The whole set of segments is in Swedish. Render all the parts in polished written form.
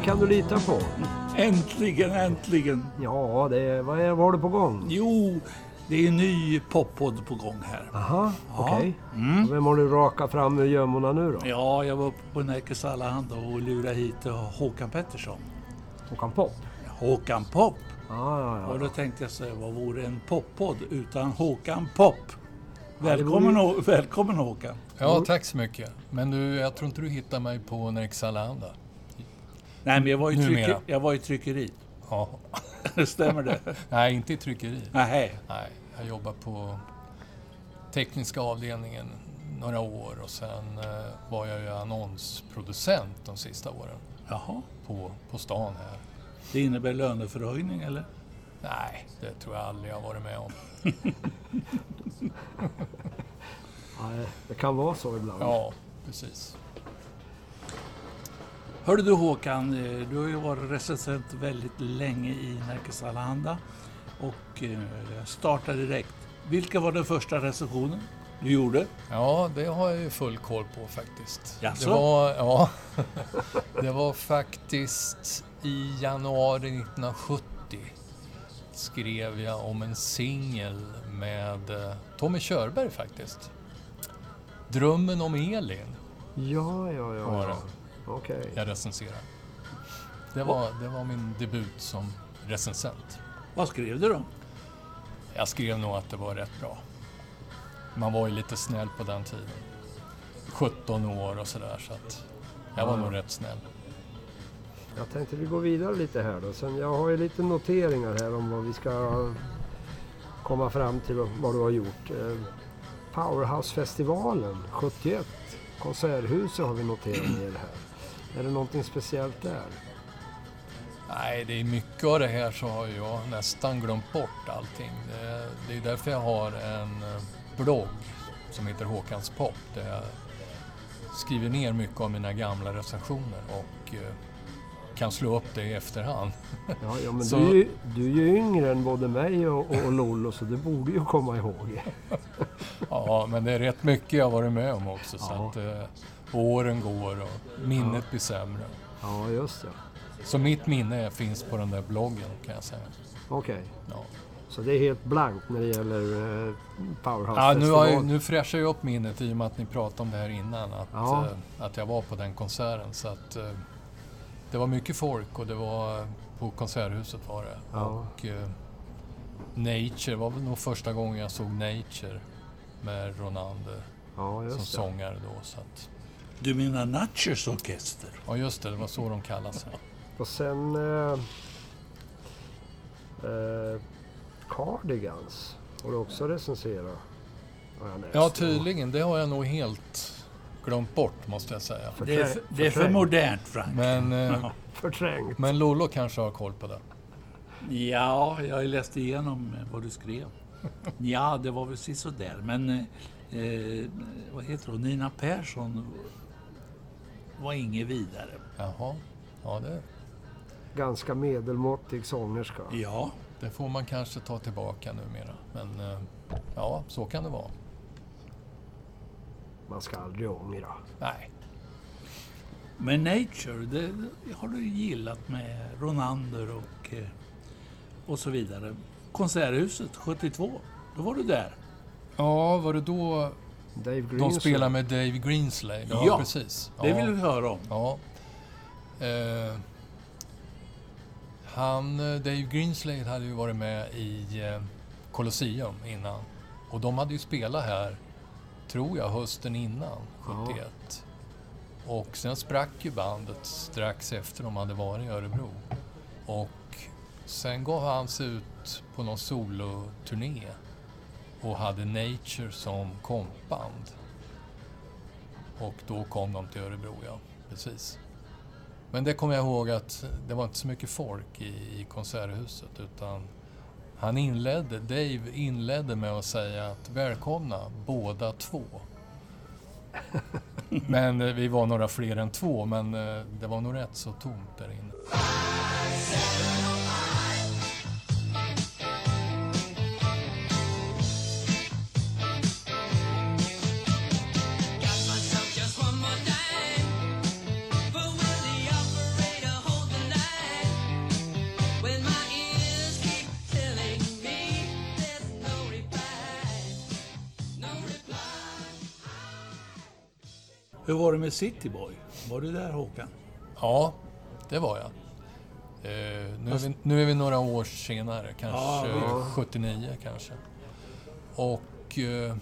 kan du lita på. Äntligen. Ja, vad har du på gång? Jo, det är en ny poppodd på gång här. Aha, Ja. okej. Vem har du rakat fram ur gömmorna nu då? Ja, jag var uppe på Närkes Allehanda och lurade hit Håkan Pettersson. Håkan Pop? Håkan Pop. Ja. Och då tänkte jag säga, vad vore en poppodd utan Håkan Pop? Välkommen Håkan. Ja, tack så mycket. Men du, jag tror inte du hittar mig på Närkes Allehanda. Nej, men jag var i tryckeri. Ja. Stämmer det? Nej, inte i tryckeri. Nej, jag jobbar på tekniska avdelningen några år och sen var jag ju annonsproducent de sista åren. Jaha. På stan här. Det innebär löneförhöjning eller? Nej, det tror jag aldrig jag har varit med om. Nej, det kan vara så ibland. Ja, precis. Hörde du Håkan, du har ju varit recensent väldigt länge i Närkes Allehanda och startade direkt. Vilka var den första recensionen du gjorde? Ja, det har jag ju full koll på faktiskt. Jaså? Det var faktiskt i januari 1970 skrev jag om en singel med Tommy Körberg faktiskt. Drömmen om Elin. Ja. Okej. Jag recenserar. Det var min debut som recensent. Vad skrev du då? Jag skrev nog att det var rätt bra. Man var ju lite snäll på den tiden. 17 år och sådär, så att jag var nog rätt snäll. Jag tänkte vi går vidare lite här då. Sen jag har ju lite noteringar här om vad vi ska komma fram till och vad du har gjort. Powerhouse-festivalen 71. Konserthuset har vi noterat ner här. Är det någonting speciellt där? Nej, det är mycket av det här så har jag nästan glömt bort allting. Det är därför jag har en blogg som heter Håkans Pop där jag skriver ner mycket av mina gamla recensioner och kan slå upp det i efterhand. Ja, men så... du är ju yngre än både mig och Lollo, så du borde ju komma ihåg. Ja, men det är rätt mycket jag har varit med om också. Ja. Så att åren går och minnet blir sämre. Ja, just det. Så mitt minne finns på den där bloggen kan jag säga. Okej. Ja. Så det är helt blankt när det gäller Powerhouse-festivalen? Ja, nu fräschar jag upp minnet i och med att ni pratade om det här innan. Att jag var på den konserten. Så att det var mycket folk och det var på Konserthuset var det. Ja. Och Nature var väl nog första gången jag såg Nature med Ronander som sångare då. Så att... Du menar Natchers orkester? Ja just det var så de kallas sig. Och sen Cardigans har du också recenserat. Ja tydligen, det har jag nog helt glömt bort måste jag säga. Det är för modernt Frank. Men, förträngt. Men Lollo kanske har koll på det. Ja, jag har läst igenom vad du skrev. Ja, det var väl så där. Men vad heter det? Nina Persson var inget vidare. Jaha, ja det. Ganska medelmåttig sångerska. Ja. Det får man kanske ta tillbaka numera. Men ja, så kan det vara. Man ska aldrig ångra. Nej. Men Nature, det har du gillat med Ronander och så vidare. Konserthuset 72, då var du där. Ja, var det då de spelade med Dave Greenslade? Ja, precis. Ja. Det vill vi höra om. Ja. Dave Greenslade hade ju varit med i Colosseum innan. Och de hade ju spelat här, tror jag, hösten innan, 71. Ja. Och sen sprack ju bandet strax efter de hade varit i Örebro. Och sen gav han sig ut på någon soloturné och hade Nature som kompband. Och då kom de till Örebro, ja, precis. Men det kommer jag ihåg att det var inte så mycket folk i konserthuset utan Dave inledde med att säga att välkomna båda två. Men vi var några fler än två, men det var nog rätt så tomt där inne. Hur var det med City Boy? Var du där, Håkan? Ja, det var jag. Nu är vi några år senare, kanske 79 kanske. Och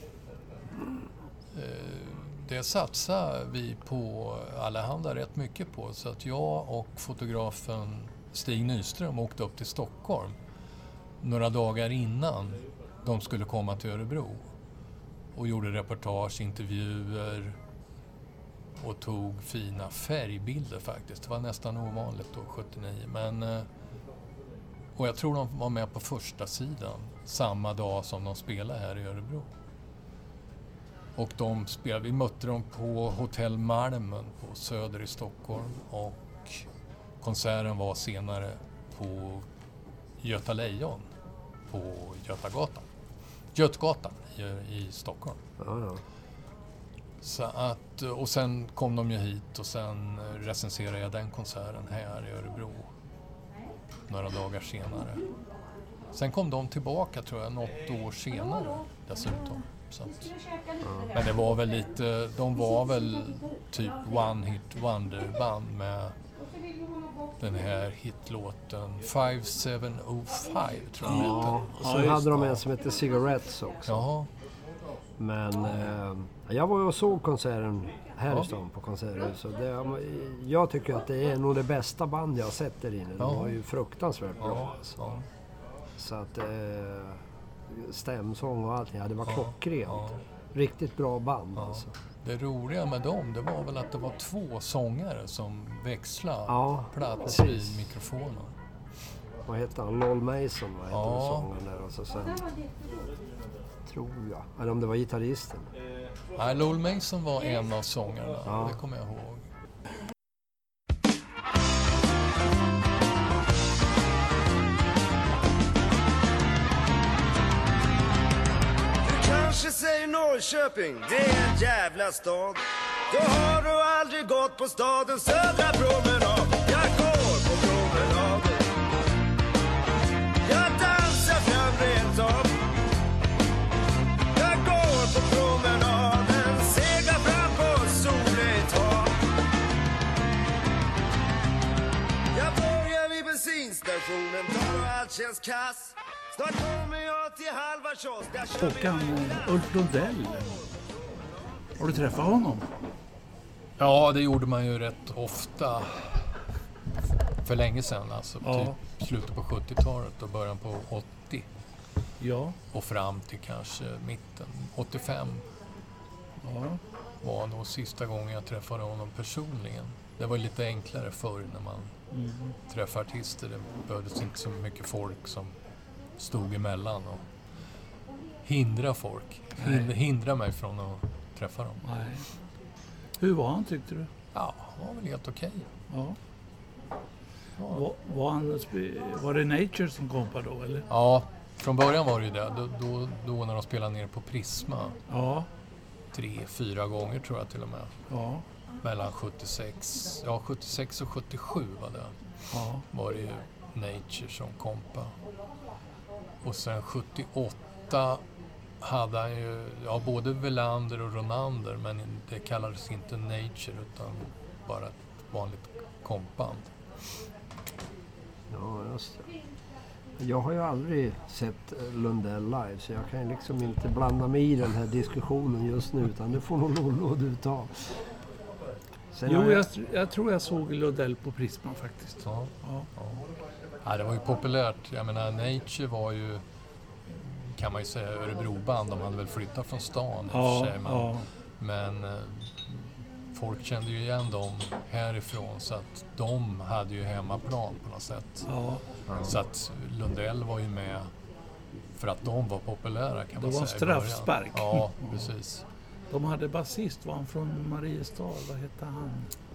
det satsar vi på Allehanda rätt mycket på. Så att jag och fotografen Stig Nyström åkte upp till Stockholm några dagar innan de skulle komma till Örebro. Och gjorde reportage, intervjuer och tog fina färgbilder faktiskt. Det var nästan ovanligt då, 79. Och jag tror de var med på första sidan samma dag som de spelade här i Örebro. Och vi mötte dem på Hotell Malmen på Söder i Stockholm, och konserten var senare på Göta Lejon på Götgatan i Stockholm. Ja. Så att, och sen kom de ju hit och sen recenserade jag den konserten här i Örebro några dagar senare. Sen kom de tillbaka, tror jag, något år senare dessutom. Så att, men det var väl lite, de var väl typ one hit wonder-band med den här hitlåten 5705, tror jag. Ja, och sen hade de en som heter Cigarettes också. Jaha. Men jag var och såg konserten här i stan på Konserthuset. Jag tycker att det är nog det bästa band jag har sett där inne. Det var ju fruktansvärt bra. Alltså. Så att stämsång och allting, det var klockrent. Riktigt bra band. Alltså. Det roliga med dem, det var väl att det var 2 sångare som växlade plats vid mikrofonen. Vad heter han? Lol Mason, vad heter sångaren där? Och så sen, tror jag. Eller om det var gitarristen. Nej, Lol Mason var en av sångarna. Det kommer jag ihåg. Kanske säger Norrköping, det är en jävla stad. Då har du aldrig gått på stadens södra promenad. Jag går på promenaden, jag dansar fram rent av. Jag går på promenaden, seglar fram på soligt hav. Jag börjar vid bensinstationen, tar och allt känns kass. Snart kommer jag till halva kiosk. Håkan, Ulf Lundell. Har du träffat honom? Ja, det gjorde man ju rätt ofta för länge sedan. Alltså typ slutet på 70-talet och början på 80. Ja. Och fram till kanske mitten. 85 var nog sista gången jag träffade honom personligen. Det var lite enklare förr när man träffade artister. Det behövdes inte så mycket folk som stod emellan och hindra folk. Hindra mig från att träffa dem. Nej. Hur var han, tyckte du? Ja, han var väl helt okej. Ja. Var det Nature som kompade då, eller? Ja, från början var det ju det. Då när de spelade ner på Prisma. Ja. 3-4 gånger tror jag till och med. Ja. Mellan 76 och 77 var det. Ja. Var det ju Nature som kompa. Och sen 78 hade han ju både Welander och Ronander, men det kallades inte Nature utan bara ett vanligt kompband. Ja, just det. Jag har ju aldrig sett Lundell live, så jag kan liksom inte blanda mig i den här diskussionen just nu, utan det får nog Lollo du ta. Jag tror jag såg Lundell på Prisma faktiskt. Ja, det var ju populärt. Jag menar, Nature var ju, kan man ju säga, Örebroband. De hade väl flyttat från stan i och för sig. Men folk kände ju igen dem härifrån, så att de hade ju hemmaplan på något sätt. Så att Lundell var ju med för att de var populära, kan man säga. Det var straffspark. Ja, precis. De hade basist, var han från Mariestad? Vad hette han?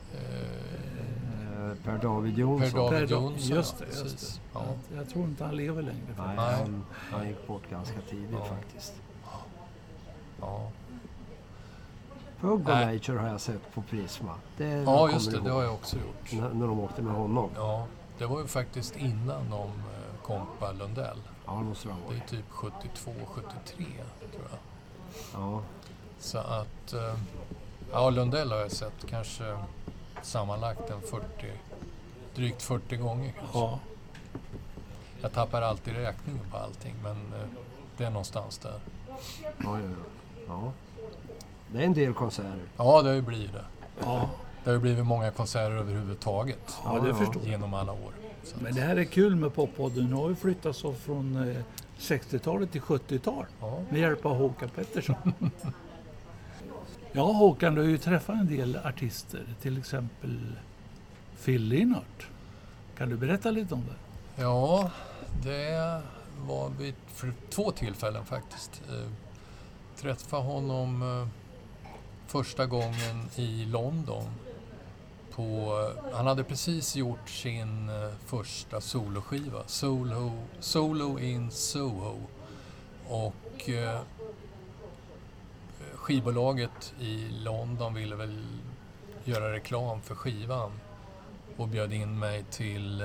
Per David Jonsson. Just det. Ja. Jag tror inte han lever längre. Nej, han gick bort ganska tidigt faktiskt. Ja. Pugg och Nature har jag sett på Prisma. Det har jag också gjort. När de åkte med honom. Ja, det var ju faktiskt innan de kompa Lundell. Ja, det måste vara. Det är typ 72-73 tror jag. Ja. Så att Ja, Lundell har jag sett kanske sammanlagt drygt 40 gånger kanske. Ja. Jag tappar alltid räkningen på allting, men det är någonstans där. Ja. Det är en del konserter. Ja, det har ju blivit det. Ja. Det har ju blivit många konserter överhuvudtaget Ja, det förstår jag. genom alla år. Så Men det här är kul med Poppodden. Nu har vi flyttat så från 60-talet till 70-tal ja. med hjälp av Håkan Pettersson. Ja, Håkan, du har ju träffat en del artister, till exempel Phil Lynott. Kan du berätta lite om det? Ja, det var vid för 2 tillfällen faktiskt. Träffade honom första gången i London. Han hade precis gjort sin första soloskiva, Solo in Soho. Och skivbolaget i London ville väl göra reklam för skivan och bjöd in mig till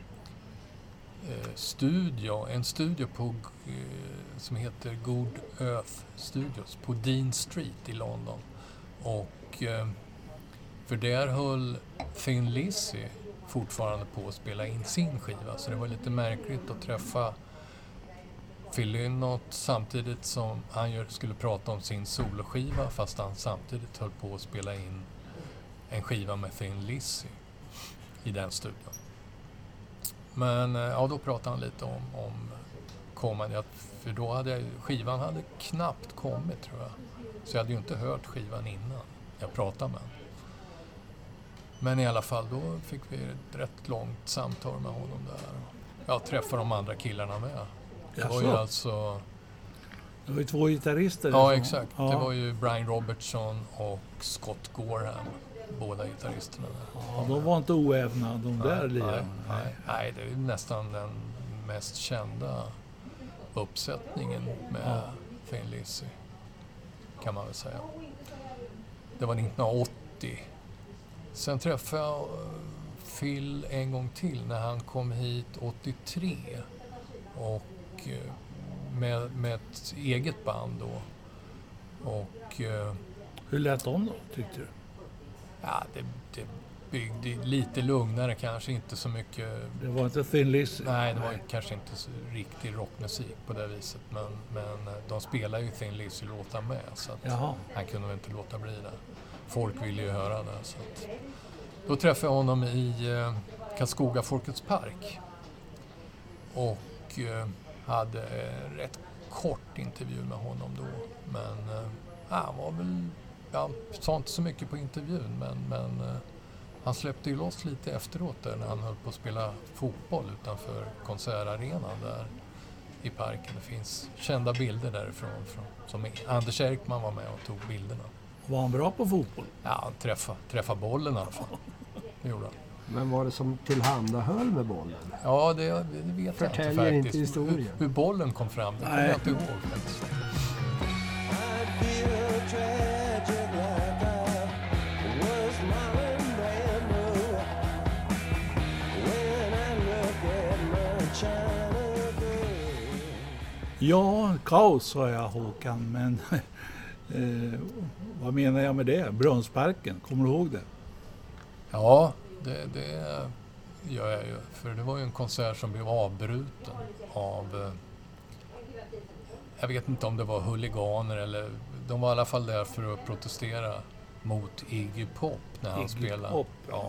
en studio på, som heter Good Earth Studios på Dean Street i London. Och för där höll Thin Lizzy fortfarande på att spela in sin skiva, så det var lite märkligt att träffa Phil Lynott samtidigt som han skulle prata om sin soloskiva, fast han samtidigt höll på att spela in en skiva med Thin Lizzy i den studion. Men ja, då pratade han lite om kommande, för då skivan hade knappt kommit, tror jag. Så jag hade ju inte hört skivan innan jag pratade med honom. Men i alla fall, då fick vi ett rätt långt samtal med honom där. Jag träffade de andra killarna med. Det var ju alltså... Det var ju 2 gitarrister. Ja, exakt. Ja. Det var ju Brian Robertson och Scott Gorham, båda gitarristerna där. Ja, de var inte oävna, de där lirarna. Nej, det är ju nästan den mest kända uppsättningen med Thin Lizzy, kan man väl säga. Det var 1980. Sen träffade jag Phil en gång till när han kom hit 83 och med ett eget band då. Och Hur lät de då, tyckte du? ja, det byggde lite lugnare, kanske inte så mycket. Det var inte Thin Lizzy? Nej, det var kanske inte så riktig rockmusik på det viset, men de spelar ju Thin Lizzy-låtar med, så att han kunde väl inte låta bli det. Folk ville ju höra det, så att då träffade jag honom i Karlskoga Folkets park och hade en rätt kort intervju med honom då, men han var väl, jag sa inte så mycket på intervjun, men han släppte ju loss lite efteråt där när han höll på att spela fotboll utanför konsertarenan där i parken. Det finns kända bilder därifrån som Anders Erkman var med och tog bilderna. Var han bra på fotboll? Ja, träffa bollen i alla fall. Det gjorde han. Men var det som tillhandahöll med bollen? Ja, det vet jag inte faktiskt. Förtäljer inte historien. Hur bollen kom fram, det kommer jag inte ihåg faktiskt. Ja, kaos sa jag, Håkan, men vad menar jag med det? Brunnsparken, kommer du ihåg det? Ja, det gör jag ju. För det var ju en konsert som blev avbruten av, jag vet inte om det var huliganer eller, de var i alla fall där för att protestera mot Iggy Pop när han spelade. Pop, ja.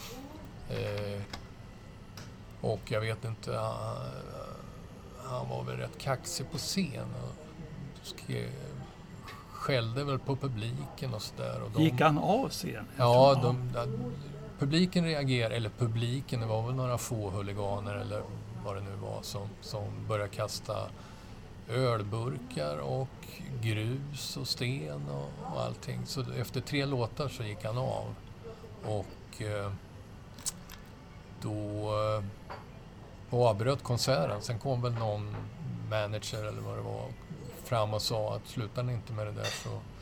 Och jag vet inte, han var väl rätt kaxig på scen och skällde väl på publiken och sådär. Gick han av scenen? Ja, publiken reagerade, eller publiken, det var väl några få huliganer eller vad det nu var som började kasta ölburkar och grus och sten och allting. Så efter 3 låtar så gick han av och då avbröt konserten. Sen kom väl någon manager eller vad det var fram och sa att slutar ni inte med det där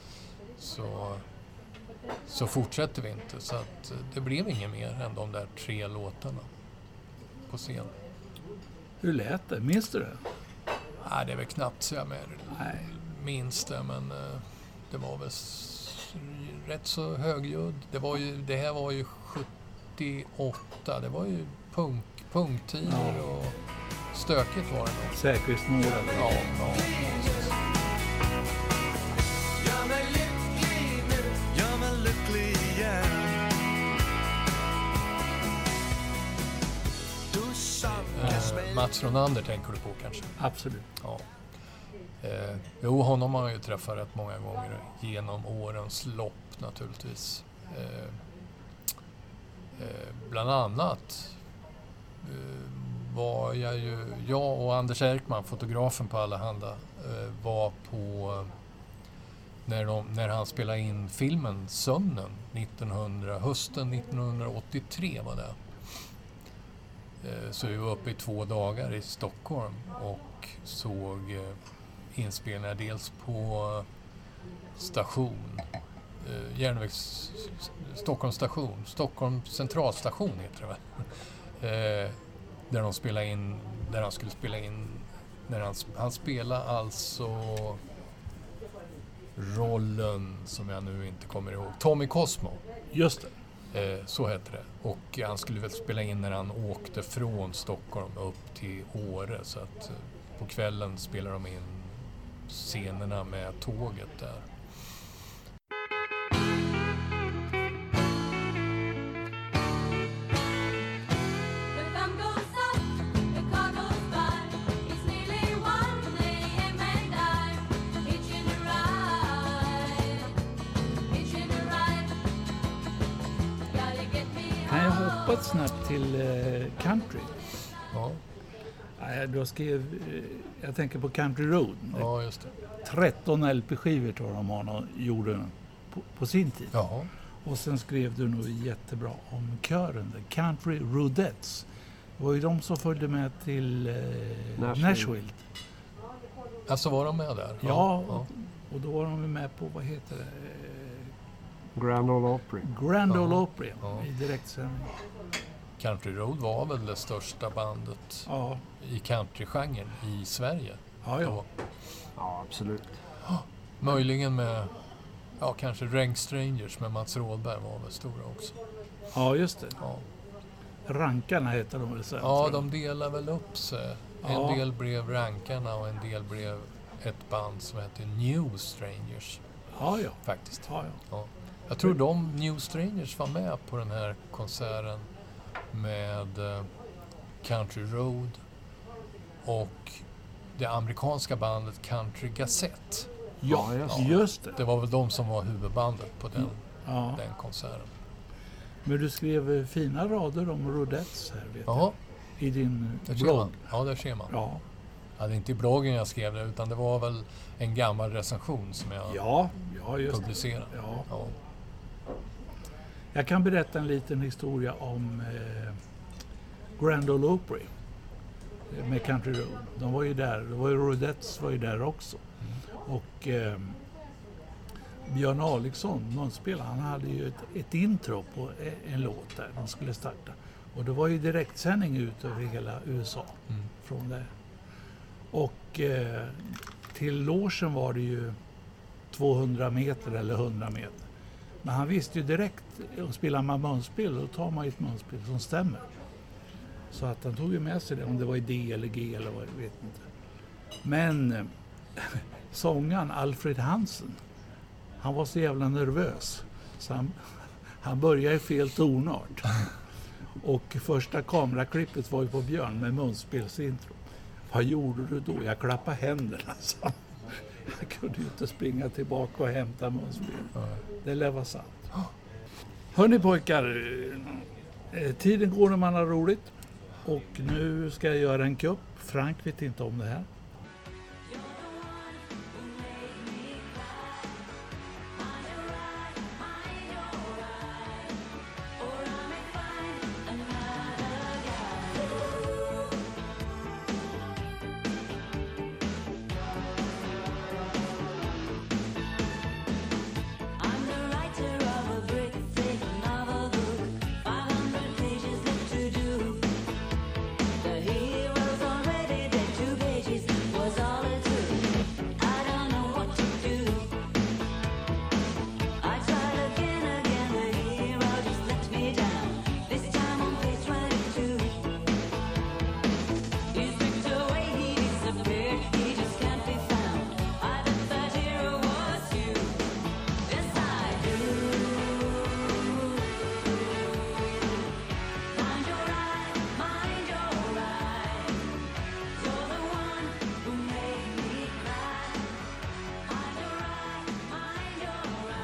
så fortsätter vi inte. Så att det blev inget mer än de där 3 låtarna på scen. Hur lät det? Minns du det? Nej, det är väl knappt så jag minns det, men det var väl rätt så högljudd. Det här var ju 78. Det var ju punktider och stökigt var det nog. Säkerhetsnåren. Ja, precis. Gör mig lycklig nu, gör mig lycklig igen. Mats Ronander tänker du på kanske? Absolut. Ja. Jo, honom har jag ju träffat rätt många gånger genom årens lopp naturligtvis. Bland annat var jag och Anders Erkman, fotografen på Allehanda, var på när han spelade in filmen Sömnen hösten 1983 var det. Så vi var uppe i 2 dagar i Stockholm och såg inspelningar dels på station, Stockholms station, Stockholms centralstation heter det väl. Där han skulle spela in, han spelade alltså rollen som jag nu inte kommer ihåg, Tommy Cosmo. Just det. Så heter det. Och han skulle väl spela in när han åkte från Stockholm upp till Åre. Så att på kvällen spelar de in scenerna med tåget där. Kan jag hoppa snabbt till country? Ja, Jag tänker på Country Road. ja just det. 13 LP-skivor tror jag de gjorde på sin tid. Ja, Och sen skrev du nog jättebra om kören, The Country Rodettes. Det var ju de som följde med till Nashville. alltså var de med där? Ja. Och då var de med på, vad heter det? Grand Ole Opry. Grand Ole Opry Ja. i direktsändning. Country Road var väl det största bandet Ja. i countrygenren i Sverige. Ja. Då. Ja, absolut. Möjligen med, kanske Rank Strangers med Mats Rådberg var väl stora också. Ja, just det. Ja. Rankarna heter de väl sen. Ja, tror jag. de delar väl upp sig. Ja. En del blev Rankarna och en del blev ett band som heter New Strangers Ja. faktiskt. Ja. Ja. Jag tror de New Strangers var med på den här konserten med Country Road och det amerikanska bandet Country Gazette. Ja, just det. Det var väl de som var huvudbandet på den konserten. Men du skrev fina rader om Rodettes här, vet Ja, jag. I din där ser blogg. man. Ja, där ser man. Ja. Ja, det är inte i bloggen jag skrev det, utan det var väl en gammal recension som jag Ja, just det. publicerade. Ja. Ja. Jag kan berätta en liten historia om Grand Ole Opry med Country Road. De var ju där, Rodettes var ju där också. Och Björn Alexson, munspelare, han hade ju ett intro på en låt där de skulle starta. Och det var ju direktsändning ut över hela USA från där. Och till logen var det ju 200 meter eller 100 meter. Men han visste ju direkt, att spelar man munspel, då tar man ett munspel som stämmer. Så att han tog ju med sig det, om det var i D eller G eller vad, jag vet inte. Men sångaren Alfred Hansen, han var så jävla nervös. Så han började i fel tonart. Och första kameraklippet var ju på Björn med munspelsintro. Vad gjorde du då? Jag klappade händerna, så. Jag kunde ju inte springa tillbaka och hämta munspel. Det lär vara sant. Hörni pojkar, tiden går när man har roligt. Och nu ska jag göra en kupp. Frank vet inte om det här. The heroes already dead, 2 pages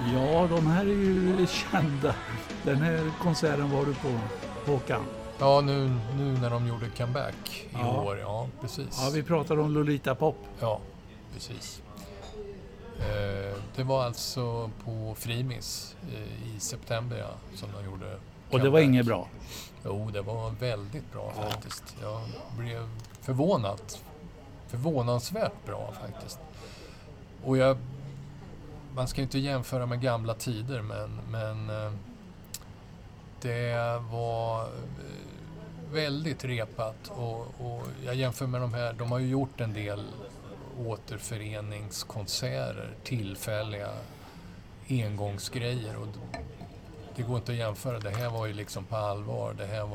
Ja, de här är ju kända. Den här konserten var du på, Håkan. Ja, nu när de gjorde comeback i år. Ja, precis. Ja, vi pratade om Lolita Pop. Ja, precis. Det var alltså på Frimis i september som de gjorde comeback. Och det var inget bra? Jo, det var väldigt bra faktiskt. Jag blev förvånansvärt bra faktiskt. Och man ska ju inte jämföra med gamla tider, men det var väldigt repat och jag jämför med de här, de har ju gjort en del återföreningskonserter, tillfälliga engångsgrejer, och det går inte att jämföra. Det här var ju liksom på allvar. Det här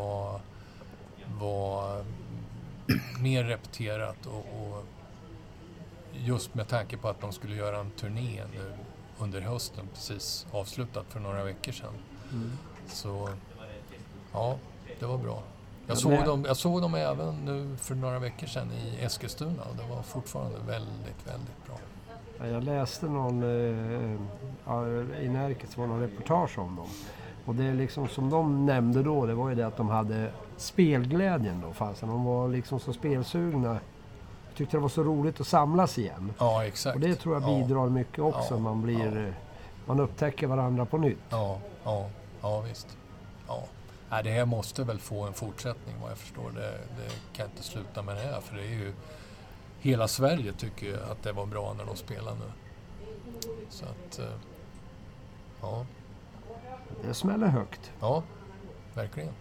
var mer repeterat och just med tanke på att de skulle göra en turné nu under hösten, precis avslutat för några veckor sedan. Så ja, det var bra. Jag såg dem även nu för några veckor sedan i Eskilstuna och det var fortfarande väldigt, väldigt bra. Jag läste någon i Närkes var någon reportage om dem. Och det är liksom som de nämnde då, det var ju det att de hade spelglädjen då, fast de var liksom så spelsugna. Jag tyckte det var så roligt att samlas igen. Ja, exakt. Och det tror jag bidrar mycket också. Man upptäcker varandra på nytt. Ja, visst. Ja. Det här måste väl få en fortsättning vad jag förstår. Det kan inte sluta med det här, för det är ju hela Sverige tycker ju att det var bra när de spelar nu. Så att, ja. Det smäller högt. Ja, verkligen.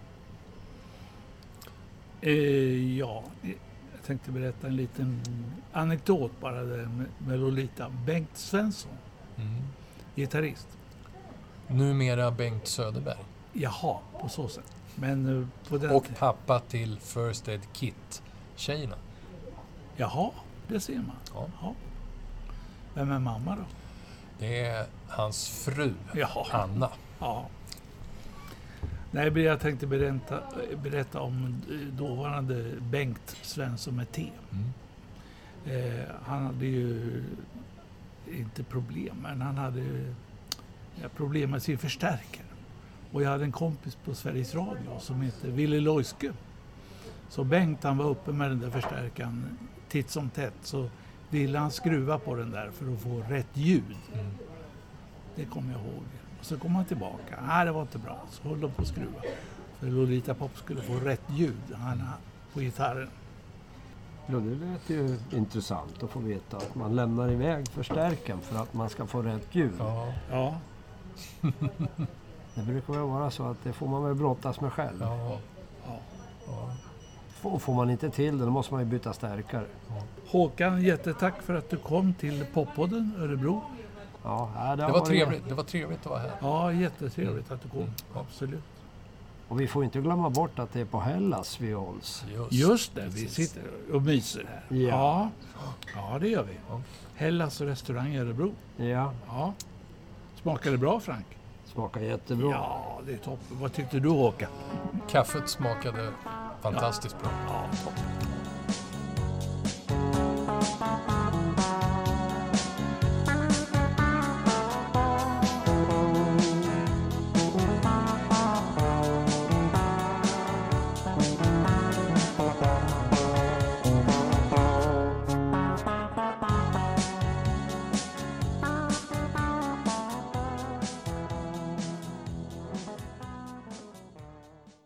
Jag tänkte berätta en liten anekdot bara där med Lolita. Bengt Svensson, gitarrist. Numera Bengt Söderberg. Jaha, på så sätt. Men på den och pappa till First Aid Kit-tjejerna. Jaha, det ser man. Ja. Vem är mamma då? Det är hans fru, Anna. Ja. Nej, jag tänkte berätta om dåvarande Bengt Svensson med T. Han hade ju inte problem, men han hade problem med sin förstärkare. Och jag hade en kompis på Sveriges Radio som heter Ville Loiske. Så Bengt, han var uppe med den där förstärkaren titt som tätt, så ville han skruva på den där för att få rätt ljud. Det kommer jag ihåg. Och så kom han tillbaka. Nej, det var inte bra. Så höll de på att skruva. För Lolita Pop skulle få rätt ljud på gitarren. Ja, det lät ju intressant att få veta att man lämnar iväg förstärkaren för att man ska få rätt ljud. Ja. Det brukar väl vara så att det får man väl brottas med själv. Ja. Får man inte till det, då måste man ju byta stärkare. Håkan, jättetack för att du kom till Poppodden Örebro. Ja, det var trevligt. Det var trevligt att vara här. Ja, jättetrevligt att du kom. Absolut. Och vi får inte glömma bort att det är på Hellas vi hålls. Just det, vi sitter och myser här. Ja, det gör vi. Hellas restaurang i Örebro. Ja. Smakar det bra, Frank? Smakar jättebra. Ja, det är toppen. Vad tyckte du, Håkan? Kaffet smakade fantastiskt bra. Ja, toppen.